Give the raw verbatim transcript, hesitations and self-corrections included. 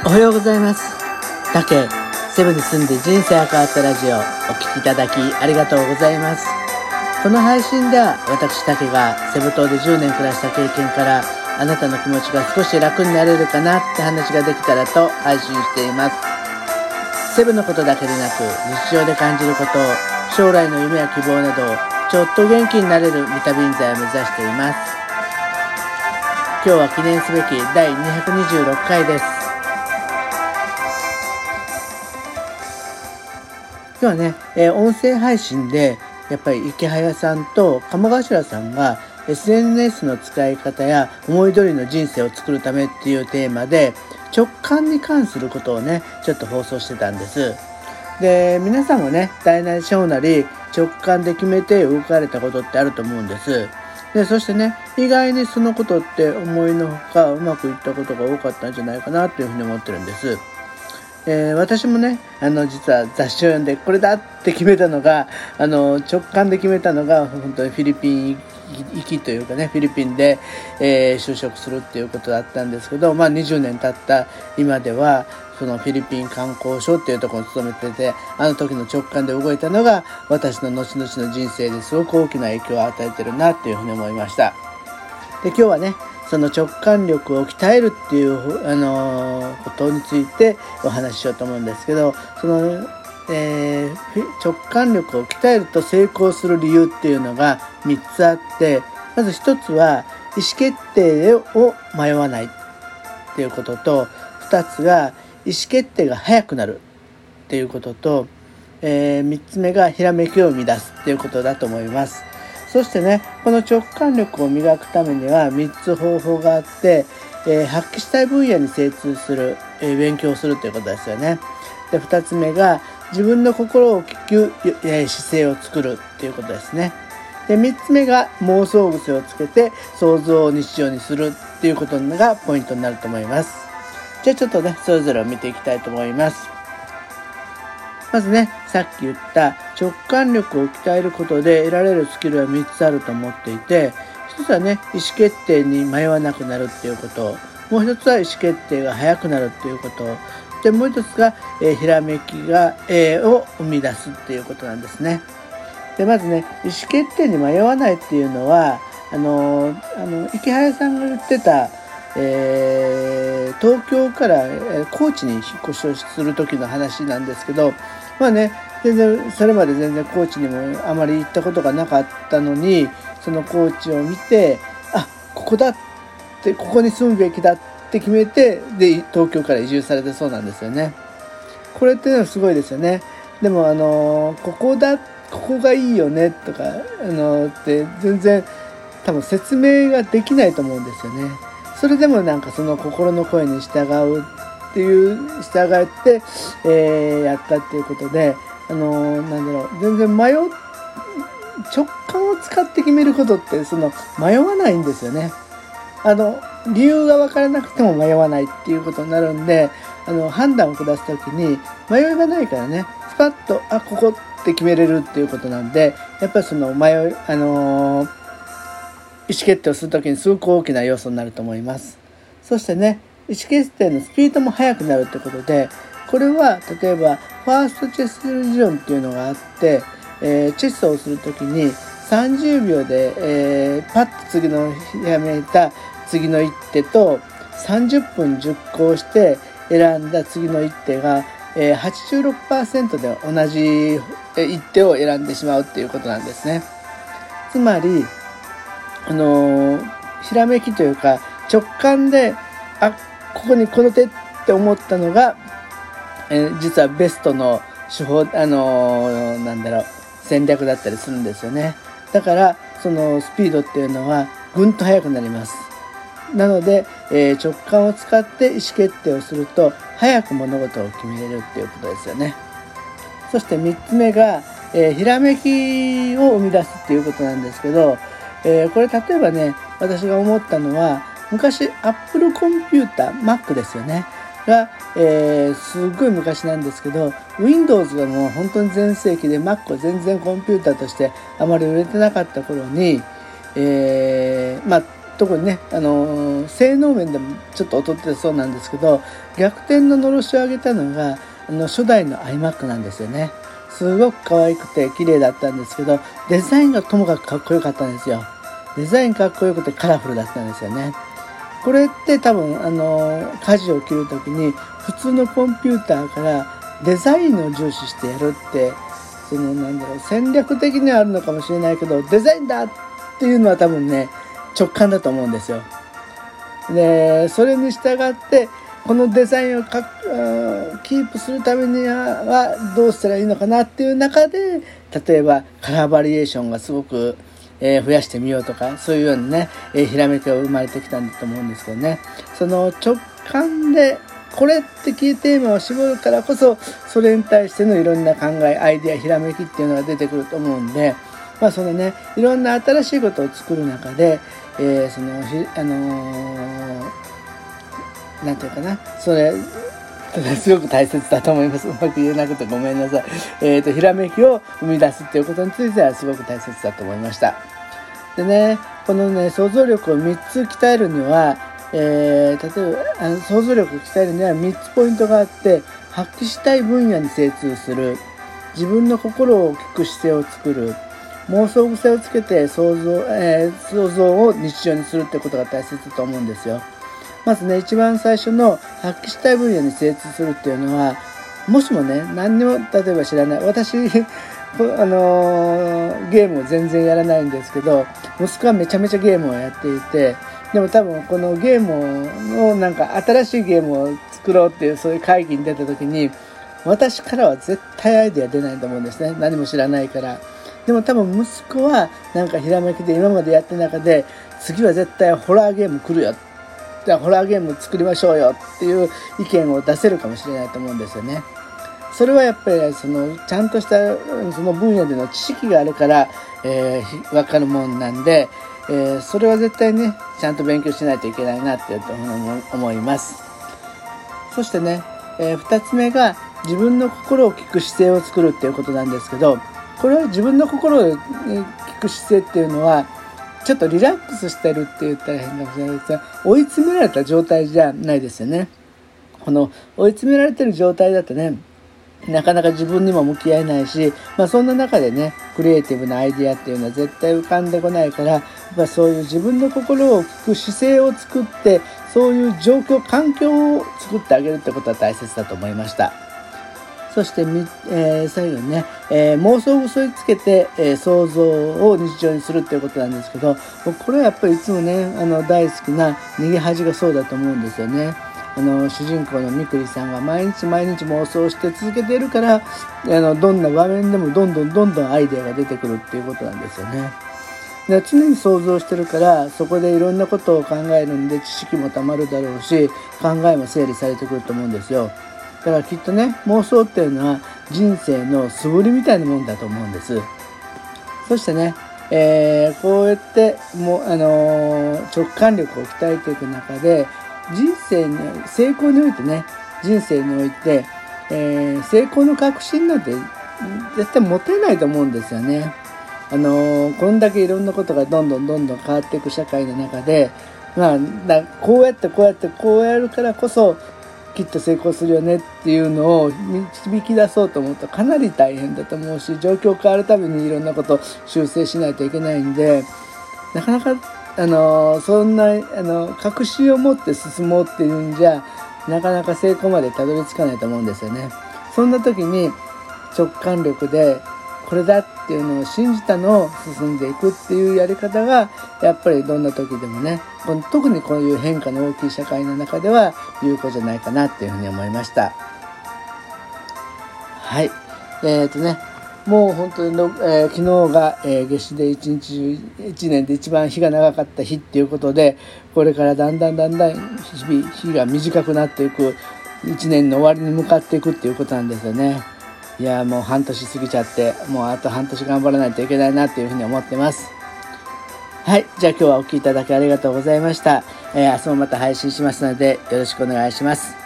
おはようございます。タケセブに住んで人生が変わったラジオお聞きいただきありがとうございます。この配信では私タケがセブ島でじゅうねん暮らした経験からあなたの気持ちが少し楽になれるかなって話ができたらと配信しています。セブのことだけでなく日常で感じること、将来の夢や希望などちょっと元気になれる三旅人材を目指しています。今日は記念すべきだいにひゃくにじゅうろっかいです。今日はね、えー、音声配信でやっぱり池早さんと鴨頭さんが エスエヌエス の使い方や思い通りの人生を作るためっていうテーマで直感に関することをねちょっと放送してたんです。で、皆さんもね大なり小なり直感で決めて動かれたことってあると思うんです。で、そしてね意外にそのことって思いのほかうまくいったことが多かったんじゃないかなというふうに思ってるんです。えー、私もねあの実は雑誌を読んでこれだって決めたのがあの直感で決めたのが本当にフィリピン行きというかねフィリピンで、えー、就職するっていうことだったんですけど、まあにじゅうねん経った今ではそのフィリピン観光省っていうところに勤めてて、あの時の直感で動いたのが私の後々の人生ですごく大きな影響を与えてるなっていうふうに思いました。で、今日はねその直感力を鍛えるっていう、あのー、ことについてお話ししようと思うんですけど、その、えー、直感力を鍛えると成功する理由っていうのがみっつあって、まずひとつは意思決定を迷わないっていうことと、ふたつが意思決定が早くなるっていうことと、えー、みっつめがひらめきを生み出すっていうことだと思います。そしてねこの直感力を磨くためにはみっつ方法があって、えー、発揮したい分野に精通する、えー、勉強するということですよね。で、ふたつめが自分の心を聞く、えー、姿勢を作るということですね。で、みっつめが妄想癖をつけて想像を日常にするっていうことがポイントになると思います。じゃあちょっとねそれぞれを見ていきたいと思います。まずねさっき言った直感力を鍛えることで得られるスキルはみっつあると思っていて、一つはね意思決定に迷わなくなるっていうこと、もう一つは意思決定が早くなるっていうことで、もう一つが、えー、ひらめきが、えー、を生み出すっていうことなんですね。で、まずね意思決定に迷わないっていうのはあのー、あの池早さんが言ってたえー、東京から、えー、高知に引っ越しをする時の話なんですけど、まあね全然それまで全然高知にもあまり行ったことがなかったのに、その高知を見てあここだってここに住むべきだって決めて、で東京から移住されたそうなんですよね。これっていうのはすごいですよね。でもあのここだここがいいよねとかあのって全然多分説明ができないと思うんですよね。それでもなんかその心の声に従うっていう従って、えー、やったっていうことで、あのー、なんだろう全然迷う直感を使って決めることってその迷わないんですよね。あの理由が分からなくても迷わないっていうことになるんで、あの判断を下すときに迷いがないからねスパッとあここって決めれるっていうことなんで、やっぱりその迷いあのー意思決定をするときにすごく大きな要素になると思います。そしてね意思決定のスピードも速くなるということで、これは例えばファーストチェス理論っていうのがあって、えー、チェスをするときにさんじゅうびょうで、えー、パッと次のひらめいた次の一手とさんじゅっぷん熟考して選んだ次の一手が、えー、はちじゅうろくパーセント で同じ一手を選んでしまうっていうことなんですね。つまりあのー、ひらめきというか直感であここにこの手って思ったのが、えー、実はベストの手法、あのー、なんだろう戦略だったりするんですよね。だからそのスピードっていうのはぐんと速くなります。なので、えー、直感を使って意思決定をすると早く物事を決めれるっていうことですよね。そしてみっつめが、えー、ひらめきを生み出すっていうことなんですけど、えー、これ例えばね私が思ったのは昔アップルコンピューター Mac ですよねが、えー、すごい昔なんですけど Windows がもう本当に全盛期で Mac は全然コンピューターとしてあまり売れてなかった頃に、えー、まあ特にね、あのー、性能面でもちょっと劣ってそうなんですけど、逆転ののろしを上げたのがあの初代の iMac なんですよね。すごく可愛くて綺麗だったんですけど、デザインがともかくかっこよかったんですよ。デザインかっこよくてカラフルだったんですよね。これって多分あの舵を切るときに普通のコンピューターからデザインを重視してやるって、そのなんだろう、戦略的にはあるのかもしれないけど、デザインだっていうのは多分ね直感だと思うんですよ。でそれに従ってこのデザインをかキープするためにはどうしたらいいのかなっていう中で、例えばカラーバリエーションがすごく、えー、増やしてみようとか、そういうようなね、えー、ひらめきが生まれてきたんだと思うんですけどね。その直感でこれってキーテーマを絞るからこそ、それに対してのいろんな考え、アイデア、ひらめきっていうのが出てくると思うんで、まあそのね、いろんな新しいことを作る中で、えー、そのひあのーなんていうかな、それすごく大切だと思います。うまく言えなくてごめんなさい。えーとひらめきを生み出すっていうことについてはすごく大切だと思いました。でね、このね想像力をみっつ鍛えるには、えー、例えばあの想像力を鍛えるにはみっつポイントがあって、発揮したい分野に精通する、自分の心を聞く姿勢を作る、妄想癖をつけて想像、えー、想像を日常にするってことが大切だと思うんですよ。まずね、一番最初の発揮したい分野に精通するっていうのは、もしもね、何にも例えば知らない、私あのー、ゲームを全然やらないんですけど、息子はめちゃめちゃゲームをやっていて、でも多分このゲームをなんか新しいゲームを作ろうっていうそういう会議に出た時に、私からは絶対アイデア出ないと思うんですね。何も知らないから。でも多分息子はなんかひらめきで今までやってる中で、次は絶対ホラーゲーム来るよ、ホラーゲーム作りましょうよっていう意見を出せるかもしれないと思うんですよね。それはやっぱりそのちゃんとしたその分野での知識があるから、えー、分かるもんなんで、えー、それは絶対ねちゃんと勉強しないといけないなって思います。そしてね、えー、ふたつめが自分の心を聞く姿勢を作るっていうことなんですけど、これは自分の心を聞く姿勢っていうのはちょっとリラックスしてるって言ったら変かもしれないですが、追い詰められた状態じゃないですよね。この追い詰められてる状態だとね、なかなか自分にも向き合えないし、まあそんな中でね、クリエイティブなアイディアっていうのは絶対浮かんでこないから、まあ、そういう自分の心を聞く姿勢を作って、そういう状況、環境を作ってあげるってことは大切だと思いました。そして、えー、最後にね、えー、妄想を嘘につけて、えー、想像を日常にするっていうことなんですけど、これはやっぱりいつもね、あの大好きな逃げ恥がそうだと思うんですよね。あの主人公のみくりさんが毎日毎日妄想して続けているから、あのどんな場面でもどんどんどんどんアイデアが出てくるっていうことなんですよね。で常に想像してるから、そこでいろんなことを考えるんで知識もたまるだろうし、考えも整理されてくると思うんですよ。だからきっとね、妄想っていうのは人生の素振りみたいなもんだと思うんです。そしてね、えー、こうやってもう、あのー、直感力を鍛えていく中で、人生に成功においてね、人生において、えー、成功の確信なんて絶対持てないと思うんですよね。あのー、こんだけいろんなことがどんどんどんどん変わっていく社会の中で、まあ、だこうやってこうやってこうやるからこそきっと成功するよねっていうのを導き出そうと思うとかなり大変だと思うし、状況変わるたびにいろんなことを修正しないといけないんで、なかなかあのそんなあの確信を持って進もうっていうんじゃなかなか成功までたどり着かないと思うんですよね。そんな時に直感力でこれだっていうのを信じたのを進んでいくっていうやり方がやっぱりどんな時でもね、特にこういう変化の大きい社会の中では有効じゃないかなっていうふうに思いました。はい、えーとねもう本当に、えー、昨日が、えー、夏至で一日中一年で一番日が長かった日っていうことで、これからだんだんだんだん日々日が短くなっていく、一年の終わりに向かっていくっていうことなんですよね。いやもう半年過ぎちゃって、もうあと半年頑張らないといけないなっていうふうに思ってます。はい、じゃあ今日はお聞きいただきありがとうございました。えー、明日もまた配信しますのでよろしくお願いします。